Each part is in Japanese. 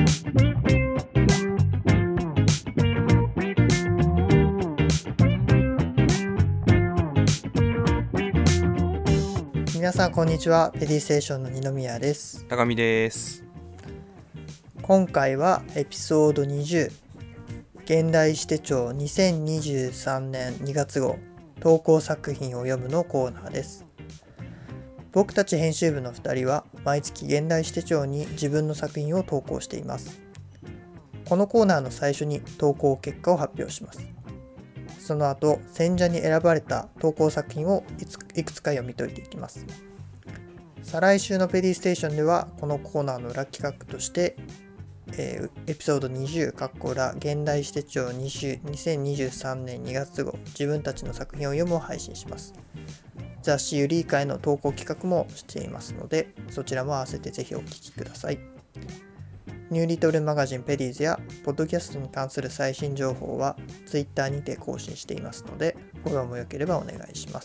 皆さんこんにちは。ペディステーションの二宮です。 高見です。 今回はエピソード20、現代史手帳2023年2月号投稿作品を読むのコーナーです。僕たち編集部の2人は毎月現代史手帳に自分の作品を投稿しています。このコーナーの最初に投稿結果を発表します。その後、選者に選ばれた投稿作品をいくつか読み解いていきます。再来週のペディステーションでは、このコーナーの裏企画として、エピソード20裏現代史手帳2023年2月号自分たちの作品を読むを配信します。雑誌ユリイカへの投稿企画もしていますので、そちらも合わせてぜひお聞きください。ニューリトルマガジンペディーズやポッドキャストに関する最新情報は Twitter にて更新していますので、フォローもよければお願いします。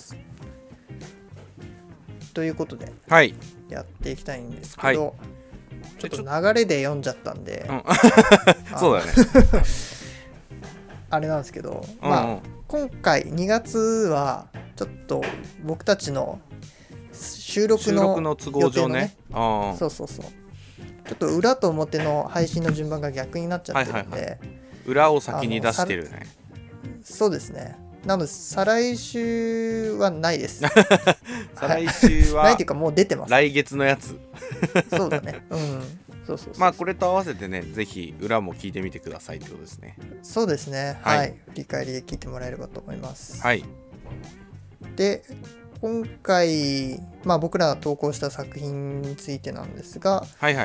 ということで、やっていきたいんですけど、ちょっと流れで読んじゃったんで、 そうだねあれなんですけど、今回2月はちょっと僕たちの収録の都合上ね、 そうちょっと裏と表の配信の順番が逆になっちゃってるんで、 裏を先に出してるね。 そうですね。なので再来週はないです。 再来週はないというかもう出てます。 来月のやつ。 そうだね。そうこれと合わせてね、ぜひ裏も聞いてみてくださいってことですね。 そうですね。はい。振り返りで聞いてもらえればと思います。 はい。 で、今回、僕らが投稿した作品についてなんですが、今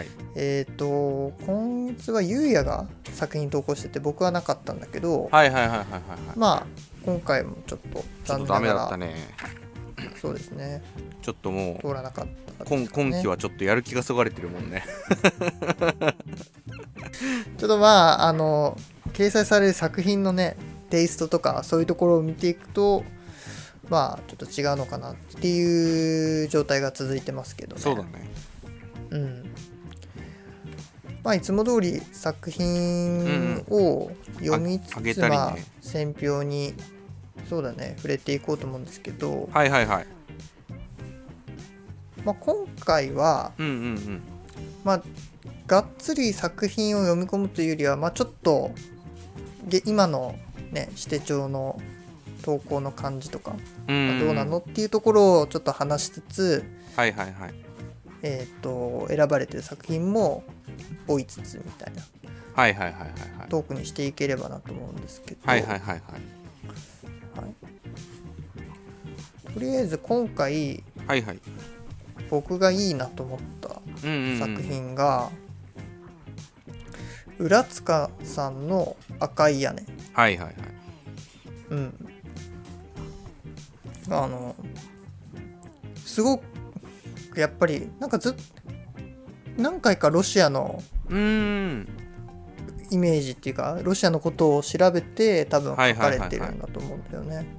月はゆうやが作品投稿してて僕はなかったんだけど、今回もちょっと残念ながらダメだったね。 そうですね。 ちょっともう通らなかったです、ね、今期はちょっとやる気がそがれてるもんね。 ちょっと掲載される作品のねテイストとかそういうところを見ていくとちょっと違うのかなっていう状態が続いてますけどね。 そうだね。 いつも通り作品を読みつつ、選評にそうだね触れていこうと思うんですけど、今回は、がっつり作品を読み込むというよりは、ちょっと今のね指定帳の投稿の感じとか、どうなのっていうところをちょっと話しつつ、選ばれてる作品も追いつつみたいなトークにしていければなと思うんですけど、とりあえず今回、僕がいいなと思った作品が、浦塚さんの赤い屋根。すごくやっぱり何回かロシアのイメージっていうかロシアのことを調べて多分書かれてるんだと思うんだよね。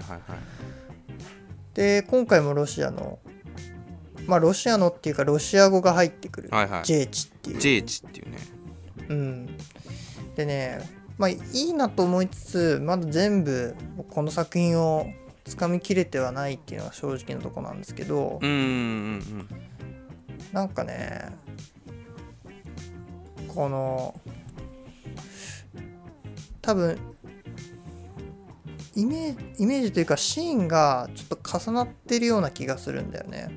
で今回もロシアのっていうかロシア語が入ってくる、ジェーチっていうね。でね、いいなと思いつつまだ全部この作品をつかみきれてはないっていうのが正直なとこなんですけど、なんかねこの多分イメージというかシーンがちょっと重なってるような気がするんだよね。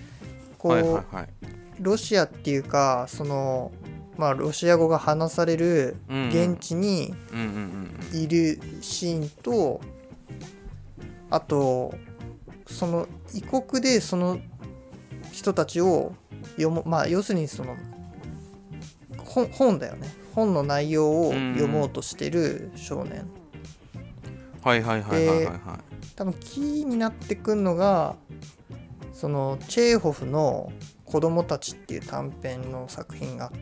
ロシアっていうかロシア語が話される現地にいるシーンと、あとその異国でその人たちを読む、要するにその本だよね。本の内容を読もうとしてる少年。で、多分キーになってくるのがそのチェーホフの子供たちっていう短編の作品があって、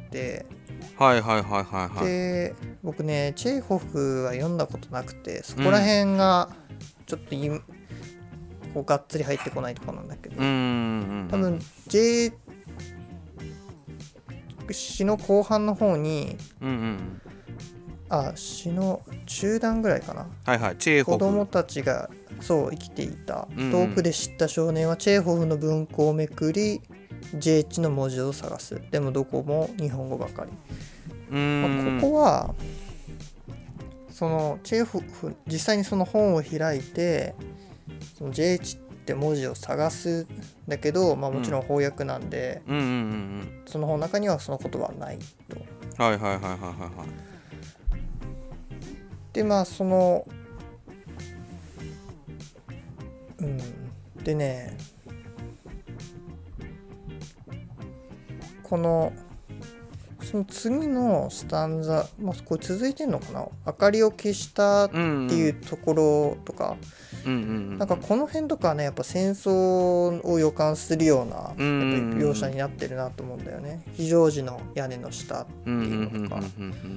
で僕ねチェーホフは読んだことなくてそこら辺がちょっとこうがっつり入ってこないところなんだけど、多分詩の後半の方に、 うんうん、 詩の中段ぐらいかな、 はいはい、チェーホフ。 子供たちがそう生きていた、 うんうん、 遠くで知った少年はチェーホフの文庫をめくり J 地の文字を探す。でもどこも日本語ばかり。ここはそのチェーホフ実際にその本を開いてその J 地って文字を探すんだけど、もちろん翻訳なんで、その本の中にはその言葉はないと。 はいはいはいはいはいはい。 でそのでね、その次のスタンザ、これ続いてんのかな、明かりを消したっていうところとか、なんかこの辺とかはねやっぱ戦争を予感するようなやっぱり描写になってるなと思うんだよね。非常時の屋根の下っていうのとか、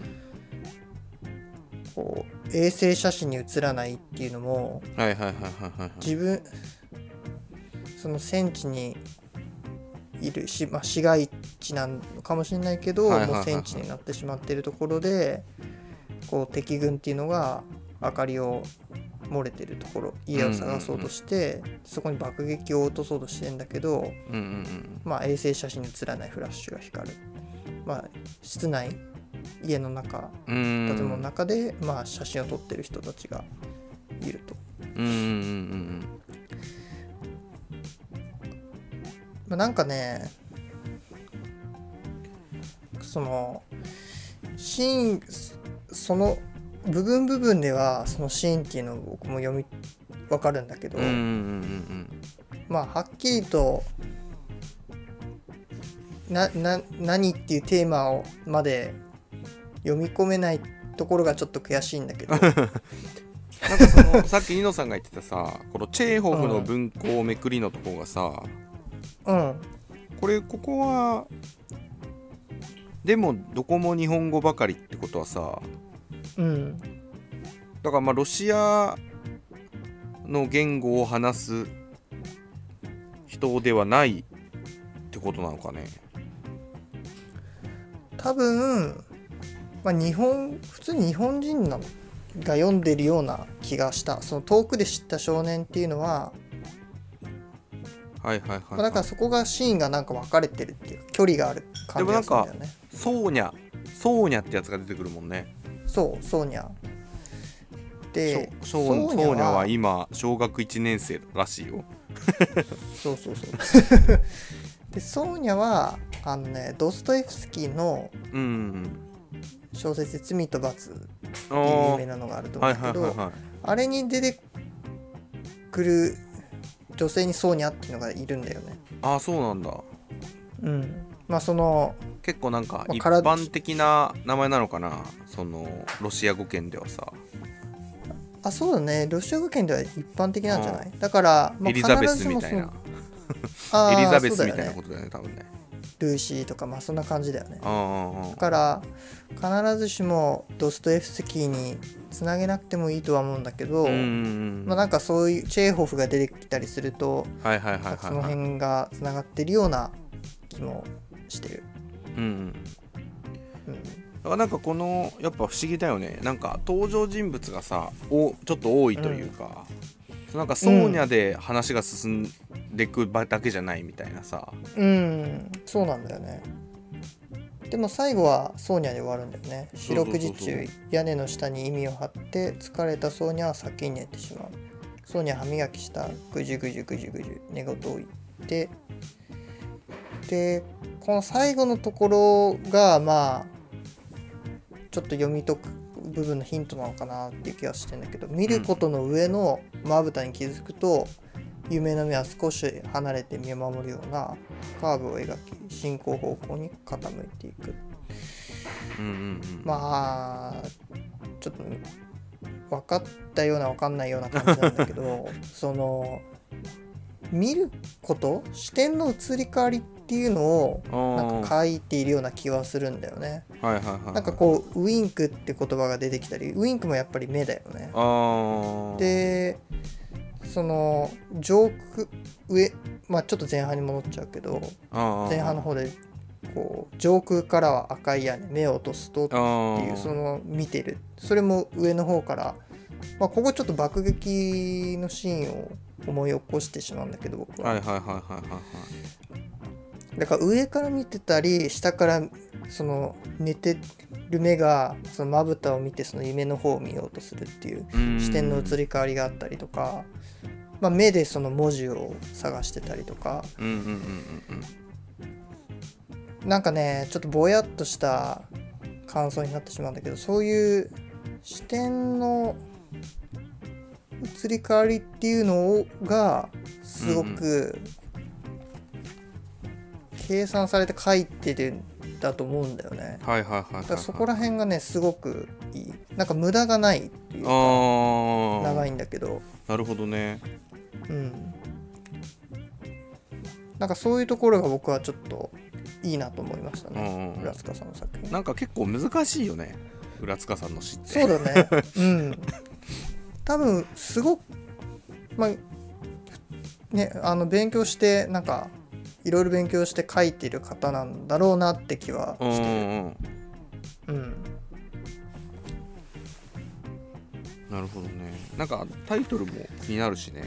こう衛星写真に写らないっていうのも、自分その戦地にいる市街地なのかもしれないけど、もう戦地になってしまっているところで、こう敵軍っていうのが明かりを漏れてるところ、家を探そうとして、そこに爆撃を落とそうとしてんだけど、衛星写真に写らないフラッシュが光る。室内、家の中、建物の中で、写真を撮ってる人たちがいると。なんかね、そのシーン、その部分ではそのシーンっていうのを僕も分かるんだけど、はっきりと何っていうテーマをまで読み込めないところがちょっと悔しいんだけどなんかそのさっきニノさんが言ってたさ、このチェーホフの文庫をめくりのとこがさ、ここはでもどこも日本語ばかりってことはさ、だからロシアの言語を話す人ではないってことなのかね。 多分、普通に日本人が読んでるような気がした。その遠くで知った少年っていうのは、だからそこがシーンがなんか分かれてるっていう距離がある感じがするんだよね。 ソーニャってやつが出てくるもんね。 そう、ソーニャで、 ソーニャは今小学1年生らしいよ。 そうでソーニャはドストエフスキーの小説で罪と罰っていう有名なのがあると思うんだけど、あれに出てくる女性にソーニャっていうのがいるんだよね。 そうなんだ。 その結構なんか一般的な名前なのかな、そのロシア語圏ではさ。 そうだね、ロシア語圏では一般的なんじゃない。だからエリザベスみたいなエリザベスみたいなことだよね、多分ね。 ルーシーとかそんな感じだよね。だから必ずしもドストエフスキーにつなげなくてもいいとは思うんだけど、なんかそういうチェーホフが出てきたりすると、その辺がつながってるような気もしてる。 だからなんかこのやっぱ不思議だよね。なんか登場人物がさちょっと多いというか、なんかソーニャで話が進んでいくだけじゃないみたいなさ。 そうなんだよね。でも最後はソーニャで終わるんだよね。四六時中屋根の下に意味を張って疲れたソーニャは先に寝てしまう。ソーニャ歯磨きしたぐじゅぐじゅぐじゅぐじゅ寝言を言って、でこの最後のところがちょっと読み解く部分のヒントなのかなっていう気がしてんだけど、見ることの上のまぶたに気づくと、夢の目は少し離れて見守るようなカーブを描き進行方向に傾いていく。ちょっと分かったような分かんないような感じなんだけどその見ること視点の移り変わりっていうのをなんか書いているような気はするんだよね。なんかこうウインクって言葉が出てきたり、ウインクもやっぱり目だよね。でその上空上ちょっと前半に戻っちゃうけど、前半の方でこう上空からは赤い屋根、目を落とすとっていうその見てる、それも上の方から、ここちょっと爆撃のシーンを思い起こしてしまうんだけど、僕は。だから上から見てたり、下からその寝てる目がそのまぶたを見てその夢の方を見ようとするっていう視点の移り変わりがあったりとか、目でその文字を探してたりとか、なんかねちょっとぼやっとした感想になってしまうんだけど、そういう視点の移り変わりっていうのがすごく計算されて書いてるんだと思うんだよね。だからそこら辺がねすごくいい、なんか無駄がないっていうか、長いんだけど。 なるほどね。 なんかそういうところが僕はちょっといいなと思いましたね、浦塚さんの作品。 なんか結構難しいよね、浦塚さんの詩って。 そうだね。多分すごくね、勉強してなんかいろいろ勉強して書いてる方なんだろうなって気はしてる。 なるほどね。なんかタイトルも気になるしね。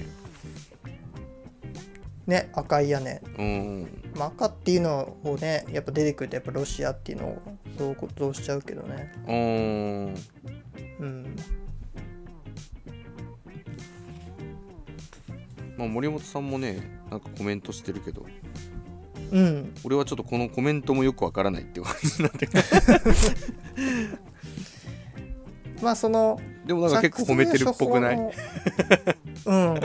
ね、赤い屋根。赤っていうのをねやっぱ出てくるとやっぱロシアっていうのを想像しちゃうけどね。 森本さんもねなんかコメントしてるけど、 うん俺はちょっとこのコメントもよくわからないっていう感じになってまあそのでもなんか結構褒めてるっぽくない？ うん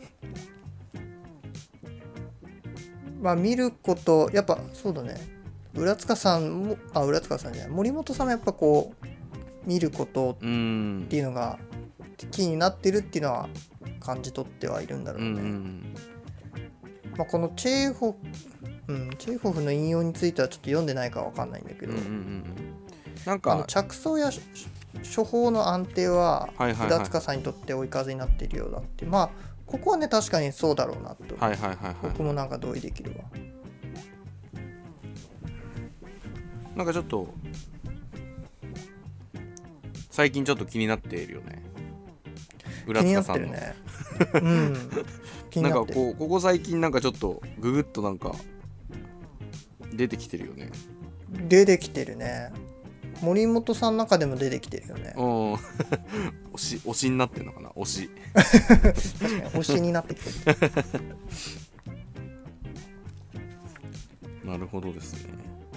まあ見ることやっぱそうだね、浦塚さんも浦塚さんじゃない森本さんもやっぱこう見ることっていうのがキーになってるっていうのは感じ取ってはいるんだろうね。まあ、このチェーホフの引用についてはちょっと読んでないかわかんないんだけど、 なんか着想や処方の安定は浦塚さんにとって追い風になっているようだって、まあここはね確かにそうだろうなと、僕もなんか同意できるわ。 なんかちょっと最近ちょっと気になっているよね、浦塚さんの。なんかここ最近なんかちょっとググッとなんか出てきてるよね。 出てきてるね。森本さんの中でも出てきてるよね。 推しになってんのかな、推し確かに推しになってきてるなるほどですね。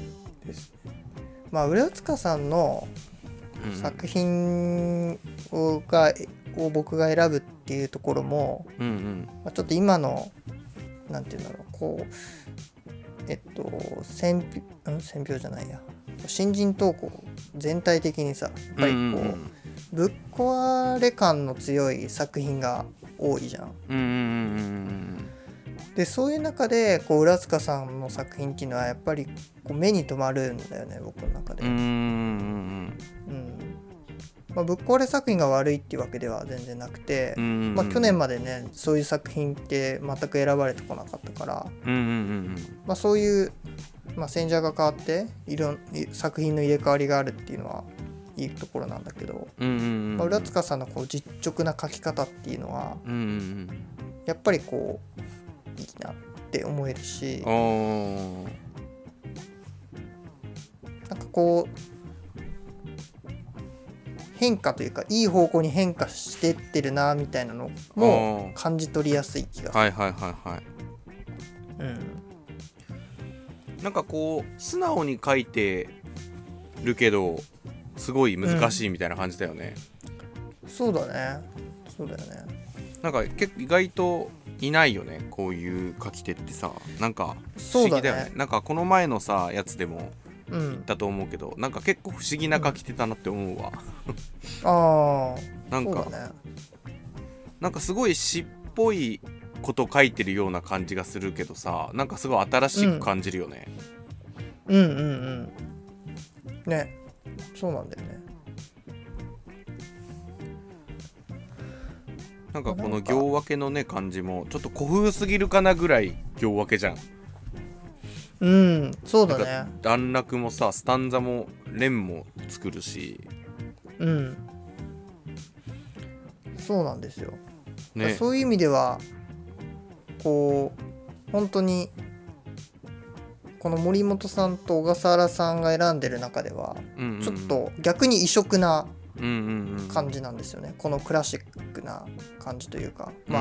まあ浦塚さんの作品を僕が選ぶっていうところも、ちょっと今のなんていうんだろう、こう選評じゃないや、新人投稿全体的にさやっぱりこう、ぶっ壊れ感の強い作品が多いじゃん。でそういう中でこう浦塚さんの作品っていうのはやっぱりこう目に留まるんだよね、僕の中で。ぶっ壊れ作品が悪いっていうわけでは全然なくて、去年までねそういう作品って全く選ばれてこなかったから、そういう、選者が変わって作品の入れ替わりがあるっていうのはいいところなんだけど、浦塚さんのこう実直な書き方っていうのは、やっぱりこういいなって思えるし、なんかこう変化というかいい方向に変化してってるなみたいなのも感じ取りやすい気がする。 なんかこう素直に書いてるけどすごい難しいみたいな感じだよね。 そうだね。 なんか結構意外といないよね、こういう書き手ってさ。なんか不思議だよね。なんかこの前のさやつでも言ったと思うけど、なんか結構不思議な書き手だなって思うわ。なんか、なんかすごい詩っぽいこと書いてるような感じがするけどさ、なんかすごい新しく感じるよね。 ね、そうなんだよね。 なんかこの行分けのね感じもちょっと古風すぎるかなぐらい行分けじゃん。 そうだね。 段落もさ、スタンザも連も作るし、 そうなんですよ、 ね、 そういう意味ではこう本当にこの森本さんと小笠原さんが選んでる中では、ちょっと逆に異色な感じなんですよね、このクラシックな感じというか、まあ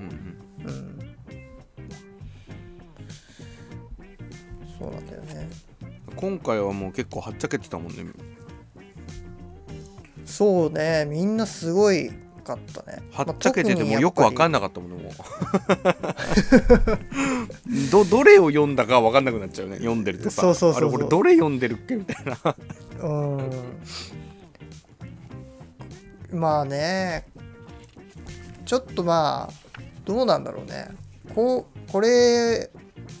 そうなんだよね。 今回はもう結構はっちゃけてたもんね。 そうね、みんなすごいかったね。 はっちゃけててもよく分かんなかったもんね、もうどれを読んだか分かんなくなっちゃうね、読んでるとさ。あれこれどれ読んでるっけみたいなまあね、ちょっとまあどうなんだろうね、これ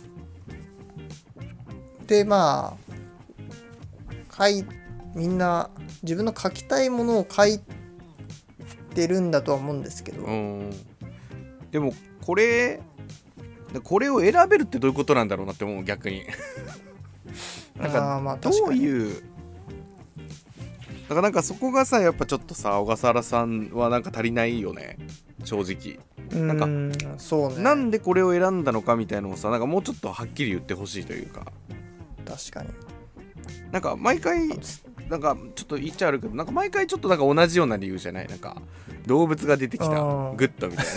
でまあみんな自分の書きたいものを書いてるんだとは思うんですけど、 でもこれを選べるってどういうことなんだろうなって思う、逆になんかどういうだからなんかそこがさ、やっぱちょっとさ、小笠原さんはなんか足りないよね、正直。なんかそうね、 なんでこれを選んだのかみたいなのをさ、なんかもうちょっとはっきり言ってほしいというか。 確かになんか毎回なんかちょっと言っちゃあるけど、なんか毎回ちょっとなんか同じような理由じゃない、なんか動物が出てきたグッドみたい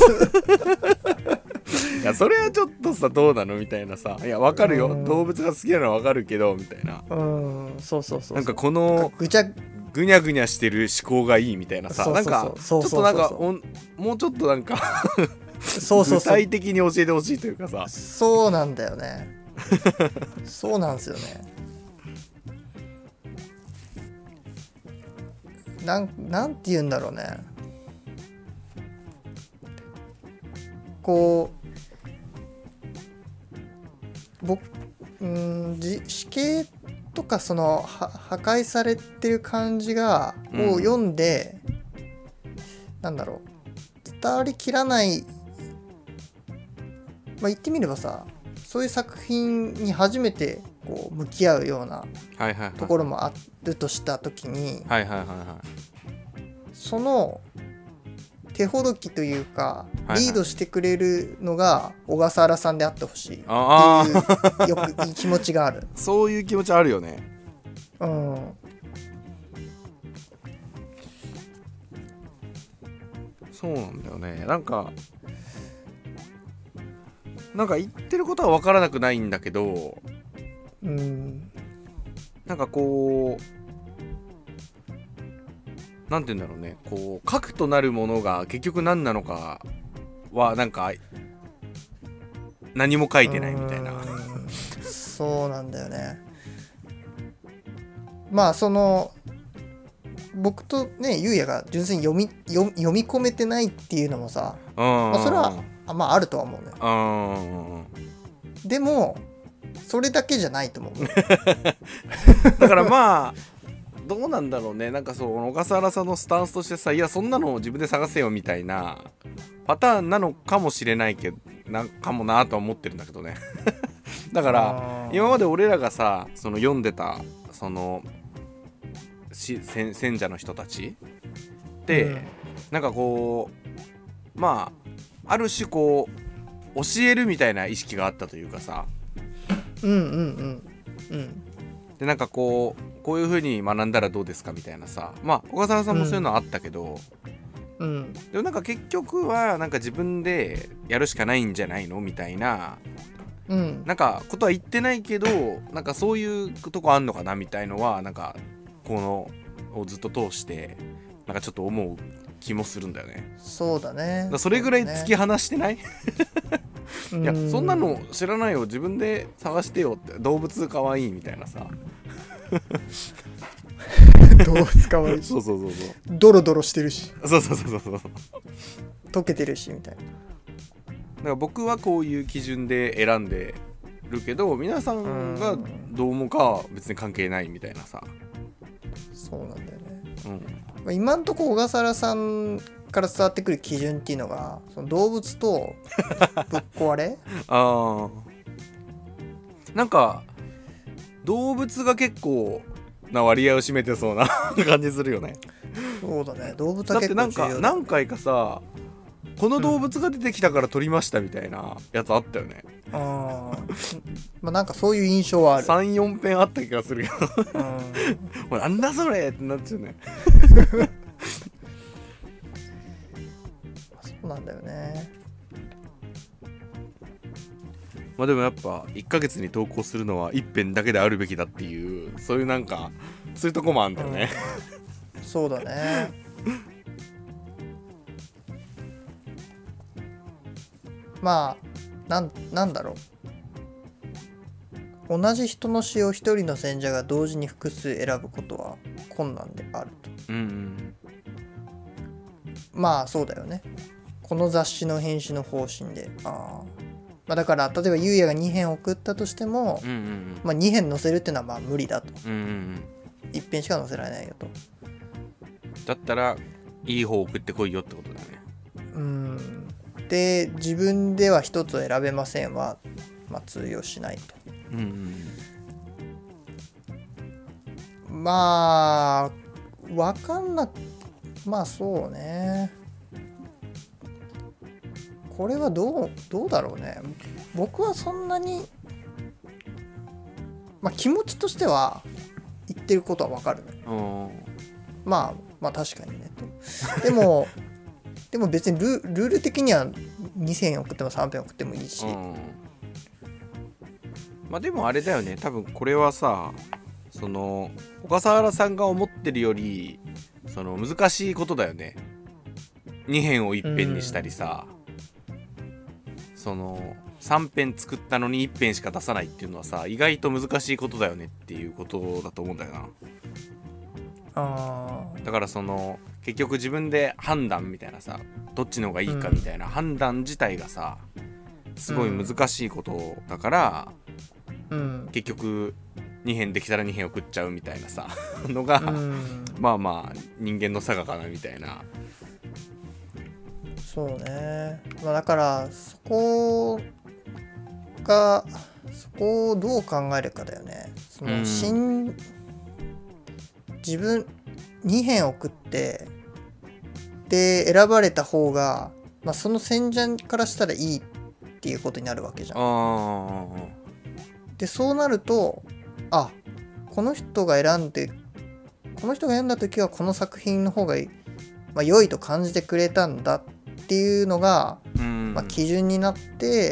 ないやそれはちょっとさどうなのみたいなさ、いやわかるよ、動物が好きなのはわかるけどみたいな、 そうなんかこのぐにゃぐにゃしてる思考がいいみたいなさ、なんかちょっとなんかもうちょっとなんか具体的に教えてほしいというかさ。 そうなんだよねそうなんですよね。なんて言うんだろうね、こう死刑とかその破壊されてる感じを読んで、なんだろう、伝わりきらない、言ってみればさ、そういう作品に初めてこう向き合うようなところもあるとした時に、その手ほどきというかリードしてくれるのが小笠原さんであってほしいっていう気持ちがあるそういう気持ちあるよね。そうなんだよね。なんか言ってることは分からなくないんだけど、なんかこうなんて言うんだろうね、こう核となるものが結局何なのかはなんか何も書いてないみたいな。 そうなんだよね。まあその僕とねゆうやが純粋に読み込めてないっていうのもさ、それはまああるとは思うね。でもそれだけじゃないと思うだからまあどうなんだろうね、なんかそう小笠原さんのスタンスとしてさ、いやそんなのを自分で探せよみたいなパターンなのかもしれないけど、なんかもなとは思ってるんだけどねだから今まで俺らがさその読んでたその選者の人たちって、なんかこうまあある種こう教えるみたいな意識があったというかさ、でなんかこういう風に学んだらどうですかみたいなさ、まあ小笠原さんもそういうのはあったけど、でもなんか結局はなんか自分でやるしかないんじゃないのみたいな、なんかことは言ってないけど、なんかそういうとこあんのかなみたいのはなんかこのをずっと通してなんかちょっと思う気もするんだよね。 そうだね。 それぐらい突き放してない？いやそんなの知らないよ、自分で探してよって、動物かわいいみたいなさ動物かわいいそうドロドロしてるし、 そう溶けてるしみたいな。 だから僕はこういう基準で選んでるけど、皆さんがどう思うかは別に関係ないみたいなさ。 そうなんだよね。今んとこ小笠原さんから伝わってくる基準っていうのがその動物とぶっ壊れなんか動物が結構な割合を占めてそうな感じするよね。 そうだね、動物は結構重要だ、ね、 だってなんか何回かさ、この動物が出てきたから撮りましたみたいなやつあったよね。 あまあなんかそういう印象はある。 3,4 編あった気がするけどもうなんだそれってなっちゃうねそうなんだよね。 まあでもやっぱ1ヶ月に投稿するのは1編だけであるべきだっていう、そういうなんかそういうとこもあるんだよね、 そうだね。まあなんだろう、同じ人の詩を一人の選者が同時に複数選ぶことは困難であると。まあそうだよね。この雑誌の編集の方針で、まあだから例えばゆうやが2編送ったとしても、まあ2編載せるっていうのはまあ無理だと、1編しか載せられないよと。 だったらいい方送ってこいよってことだね。 で自分では一つを選べませんは、まあ、通用しないと。まあ分かんな、まあそうね、これはどうだろうね。僕はそんなに、まあ気持ちとしては言ってることは分かる、まあ確かにねと。でも別にルール的には2編送っても3編送ってもいいし、 まあでもあれだよね、多分これはさ、その小笠原さんが思ってるよりその難しいことだよね。2編を1編にしたりさ、その3編作ったのに1編しか出さないっていうのはさ、意外と難しいことだよねっていうことだと思うんだよな。だからその結局自分で判断みたいなさ、どっちの方がいいかみたいな判断自体がさ、すごい難しいことだから、結局2編できたら2編送っちゃうみたいなさのが、まあまあ人間の差がかなみたいな。 そうね、まあ、だからそこをどう考えるかだよね。その自分2編送ってで選ばれた方が、まあ、その選者からしたらいいっていうことになるわけじゃん。でそうなると、この人が選んだ時はこの作品の方がまあ、良いと感じてくれたんだっていうのが、まあ、基準になって、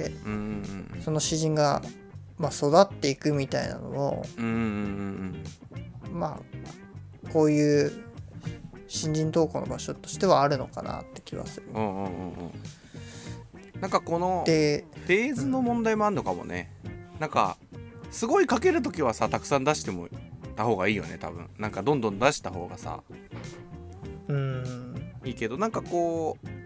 その詩人が、まあ、育っていくみたいなのを、まあこういう新人投稿の場所としてはあるのかなって気はする。 なんかこのフェーズの問題もあるのかもね。なんかすごい書けるときはさ、たくさん出してもた方がいいよね多分。なんかどんどん出した方がさいいけど、なんかこう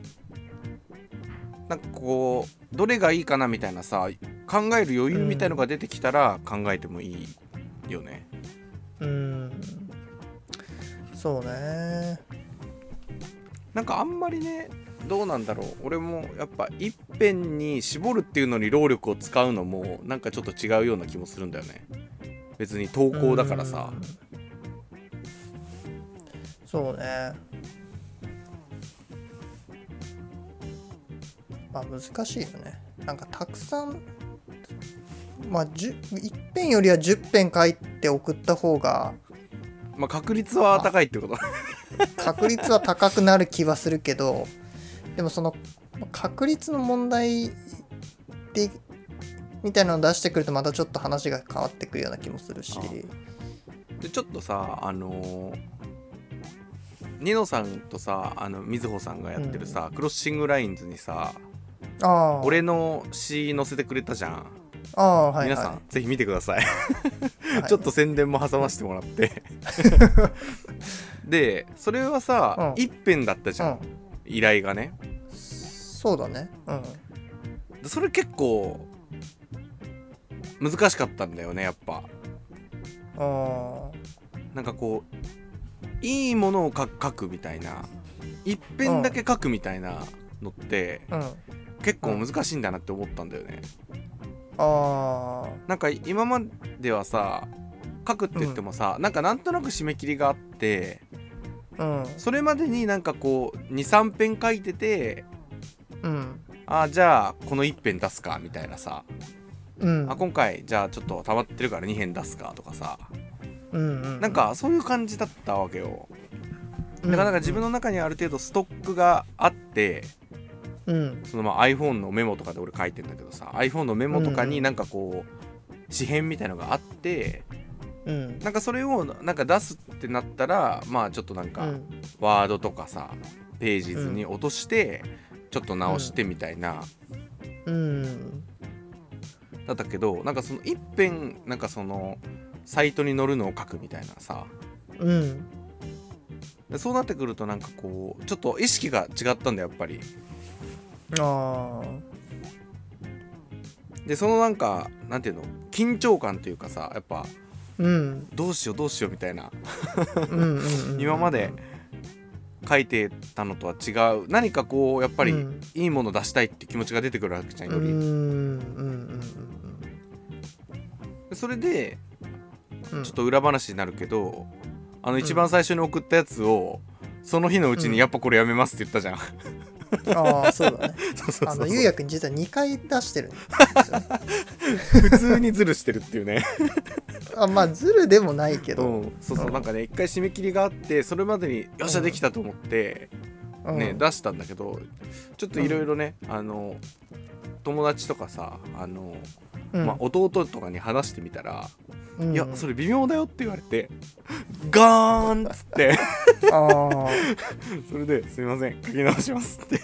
どれがいいかなみたいなさ、考える余裕みたいのが出てきたら考えてもいいよね。 そうね。 なんかあんまりね、どうなんだろう、俺もやっぱ一辺に絞るっていうのに労力を使うのもなんかちょっと違うような気もするんだよね。別に投稿だからさ。 そうね。まあ難しいよね。なんかたくさん、まあ一辺よりは10編書いて送った方が、 まあ確率は高いってこと、 確率は高くなる気はするけど、でもその確率の問題でみたいなのを出してくるとまたちょっと話が変わってくるような気もするし。 でちょっとさ、ニノさんとさ、みずほさんがやってるさ、クロッシングラインズにさ、俺の詩載せてくれたじゃん。皆さんぜひ見てくださいちょっと宣伝も挟ませてもらってでそれはさ、一編だったじゃん、依頼がね。 そうだね。 それ結構難しかったんだよね、やっぱ。なんかこういいものを書くみたいな、一編だけ書くみたいなのって、結構難しいんだなって思ったんだよね。 なんか今まではさ書くって言ってもさ、なんとなく締め切りがあって、それまでになんかこう 2,3 編書いてて、じゃあこの1編出すかみたいなさ、今回じゃあちょっと溜まってるから2編出すかとかさ、なんかそういう感じだったわけよ。だからなんか自分の中にある程度ストックがあって、そのiPhone のメモとかで俺書いてんだけどさ、 iPhone のメモとかになんかこう紙編みたいのがあって、なんかそれをなんか出すってなったら、まあちょっとなんかワードとかさページ図に落としてちょっと直してみたいな、だったけど、なんかその一遍なんかそのサイトに載るのを書くみたいなさ、そうなってくるとなんかこうちょっと意識が違ったんだよやっぱり。でそのなんかなんていうの緊張感というかさ、やっぱ、どうしようみたいな今まで書いてたのとは違う何かこうやっぱりいいもの出したいって気持ちが出てくるわけじゃんより。それでちょっと裏話になるけど、一番最初に送ったやつをその日のうちにやっぱこれやめますって言ったじゃん。 そうだね。ゆうやくん実は2回出してるんですよね。 普通にズルしてるっていうね。 まあズルでもないけど、 なんかね一回締め切りがあってそれまでによっしゃできたと思って、出したんだけど、ちょっといろいろね、友達とかさ弟とかに話してみたら、いやそれ微妙だよって言われてガーンっつってそれですいません書き直しますって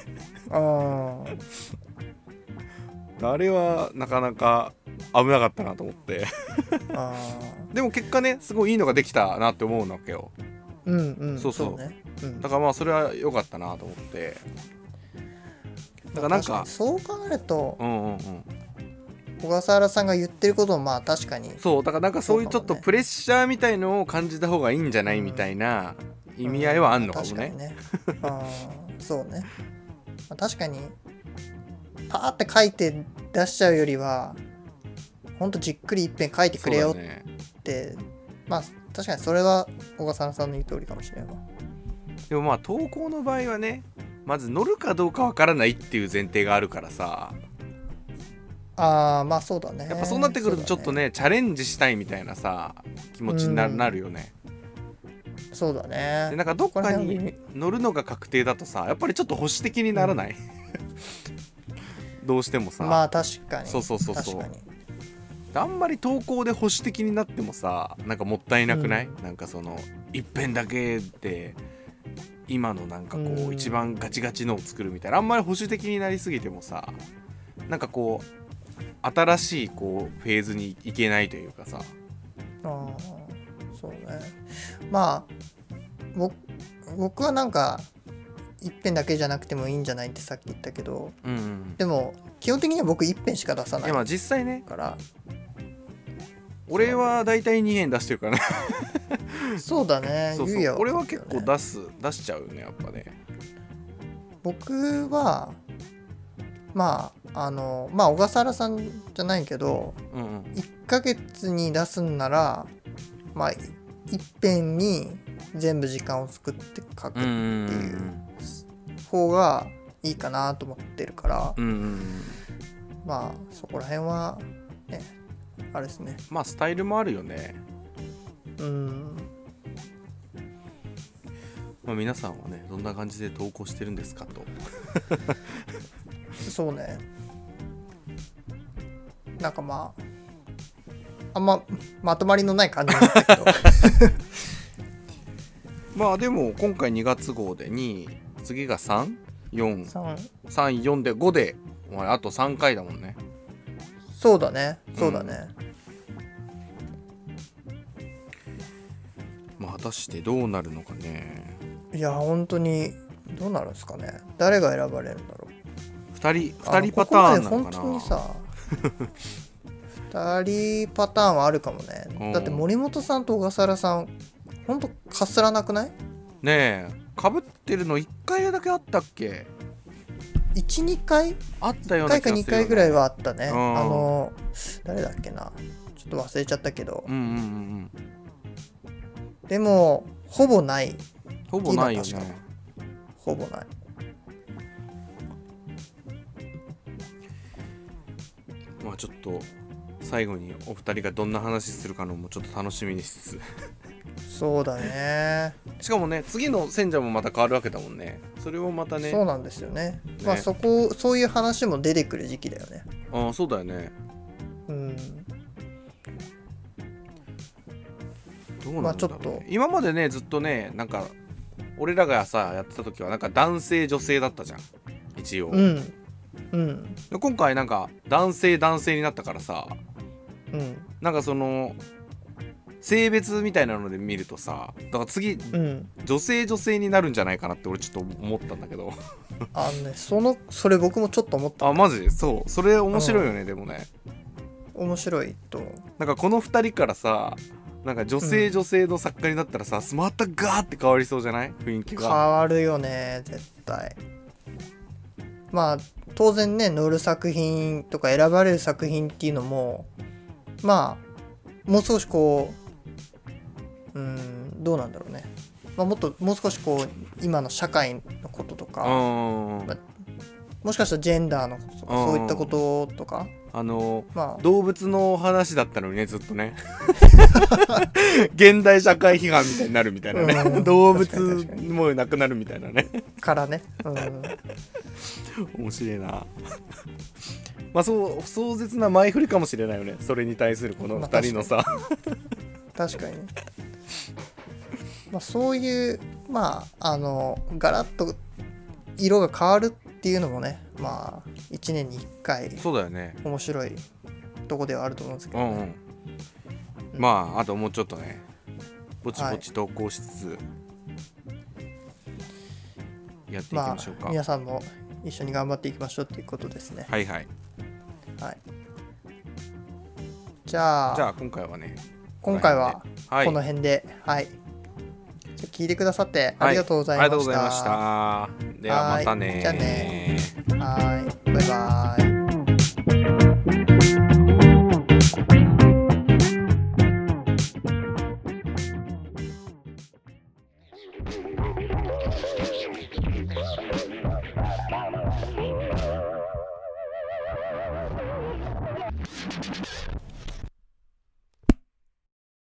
あれはなかなか危なかったなと思ってでも結果ねすごいいいのができたなって思うわけよ。そうね、だからまあそれは良かったなと思って、だからなんかそう考えると小笠原さんが言ってることもまあ確かにそうだからなんかそういうちょっとプレッシャーみたいのを感じた方がいいんじゃないみたいな意味合いはあんのかもね。 そうね、確かにパーって書いて出しちゃうよりはほんとじっくり一遍書いてくれよって、まあ確かにそれは小笠原さんの言う通りかもしれないわ。 でもまあ投稿の場合はねまず乗るかどうかわからないっていう前提があるからさ、 まあそうだね。 やっぱそうなってくるとちょっとねチャレンジしたいみたいなさ気持ちになるよね。 そうだね。 でなんかどっかに乗るのが確定だとさやっぱりちょっと保守的にならない、どうしてもさ。 まあ確かに。 そうあんまり投稿で保守的になってもさなんかもったいなくない、なんかその一遍だけで今のなんかこう、一番ガチガチのを作るみたいな、あんまり保守的になりすぎてもさなんかこう新しいこうフェーズに行けないというかさ。 そうね。まあ僕はなんか一遍だけじゃなくてもいいんじゃないってさっき言ったけど、でも基本的には僕一遍しか出さない。 いやまあ実際ねから俺はだいたい2編出してるからね。 そうだね。 俺は結構出しちゃうねやっぱね。 僕はまあ小笠原さんじゃないけど、1ヶ月に出すんならまあ一遍に全部時間を作って書くっていう方がいいかなと思ってるから、まあそこら辺はねあれですね。 まあスタイルもあるよね。まあ皆さんはねどんな感じで投稿してるんですかと。 そうね。なんかまああんままとまりのない感じだったけどまあでも今回2月号で2次が3?4?3,4 で5であと3回だもんね。 そうだね。 まあ果たしてどうなるのかね。 いや本当にどうなるんですかね。誰が選ばれるんだろう。 2人パターンなのかな。 本当にさ2人パターンはあるかもね。だって森本さんと小笠原さんほんとかすらなくない？ ねえかぶってるの1回だけあったっけ？ 12回あったよう 1回かな気がするよ、ね、 2回ぐらいはあったね。 うん、 誰だっけな、ちょっと忘れちゃったけど、 うんうんうんうん、 でもほぼない。 ほぼないよね。 ほぼない。 まあちょっと最後にお二人がどんな話するかのもちょっと楽しみにしつつそうだね。 しかもね、次の選者もまた変わるわけだもんね。それもまたね。 そうなんですよね。まあそういう話も出てくる時期だよね。 ああ、そうだよね。 うん。 どうなんだろうね。 まあちょっと今までね、ずっとね、なんか俺らがさやってた時はなんか男性女性だったじゃん、一応。 うんうん。 今回なんか男性になったからさ、 うん。 なんかその性別みたいなので見るとさ、だから次、 うん、 女性になるんじゃないかなって俺ちょっと思ったんだけどね、それ僕もちょっと思った。 あ、マジ？そう、それ面白いよね、でもね。 面白いと。 なんかこの2人からさ、なんか女性の作家になったらさ、またガーって変わりそうじゃない？雰囲気が変わるよね、絶対。まあ当然ね、乗る作品とか選ばれる作品っていうのも、まあもう少しこう、どうなんだろうね、まあ、もう少しこう今の社会のこととか、もしかしたらジェンダーのこととか、そういったこととか、 まあ、動物の話だったのにね、ずっとね現代社会批判みたいになるみたいなね、動物もなくなるみたいなねからね、 面白いなまあ壮絶な前振りかもしれないよね、それに対するこの2人のさ、 確かにまあそういうまあガラッと色が変わるっていうのもね、まあ1年に1回そうだよね、 面白いとこではあると思うんですけど、ね、 まああともうちょっとね、ぼちぼち投稿しつつ、やっていきましょうか。 まあ、皆さんも一緒に頑張っていきましょうっていうことですね。 はいはい、 はい、じゃあ今回はね、 この辺で、はい、じゃ聞いてくださってありがとうございました。 ありがとうございました。ではまたね。 じゃあね。はい、バイバイ。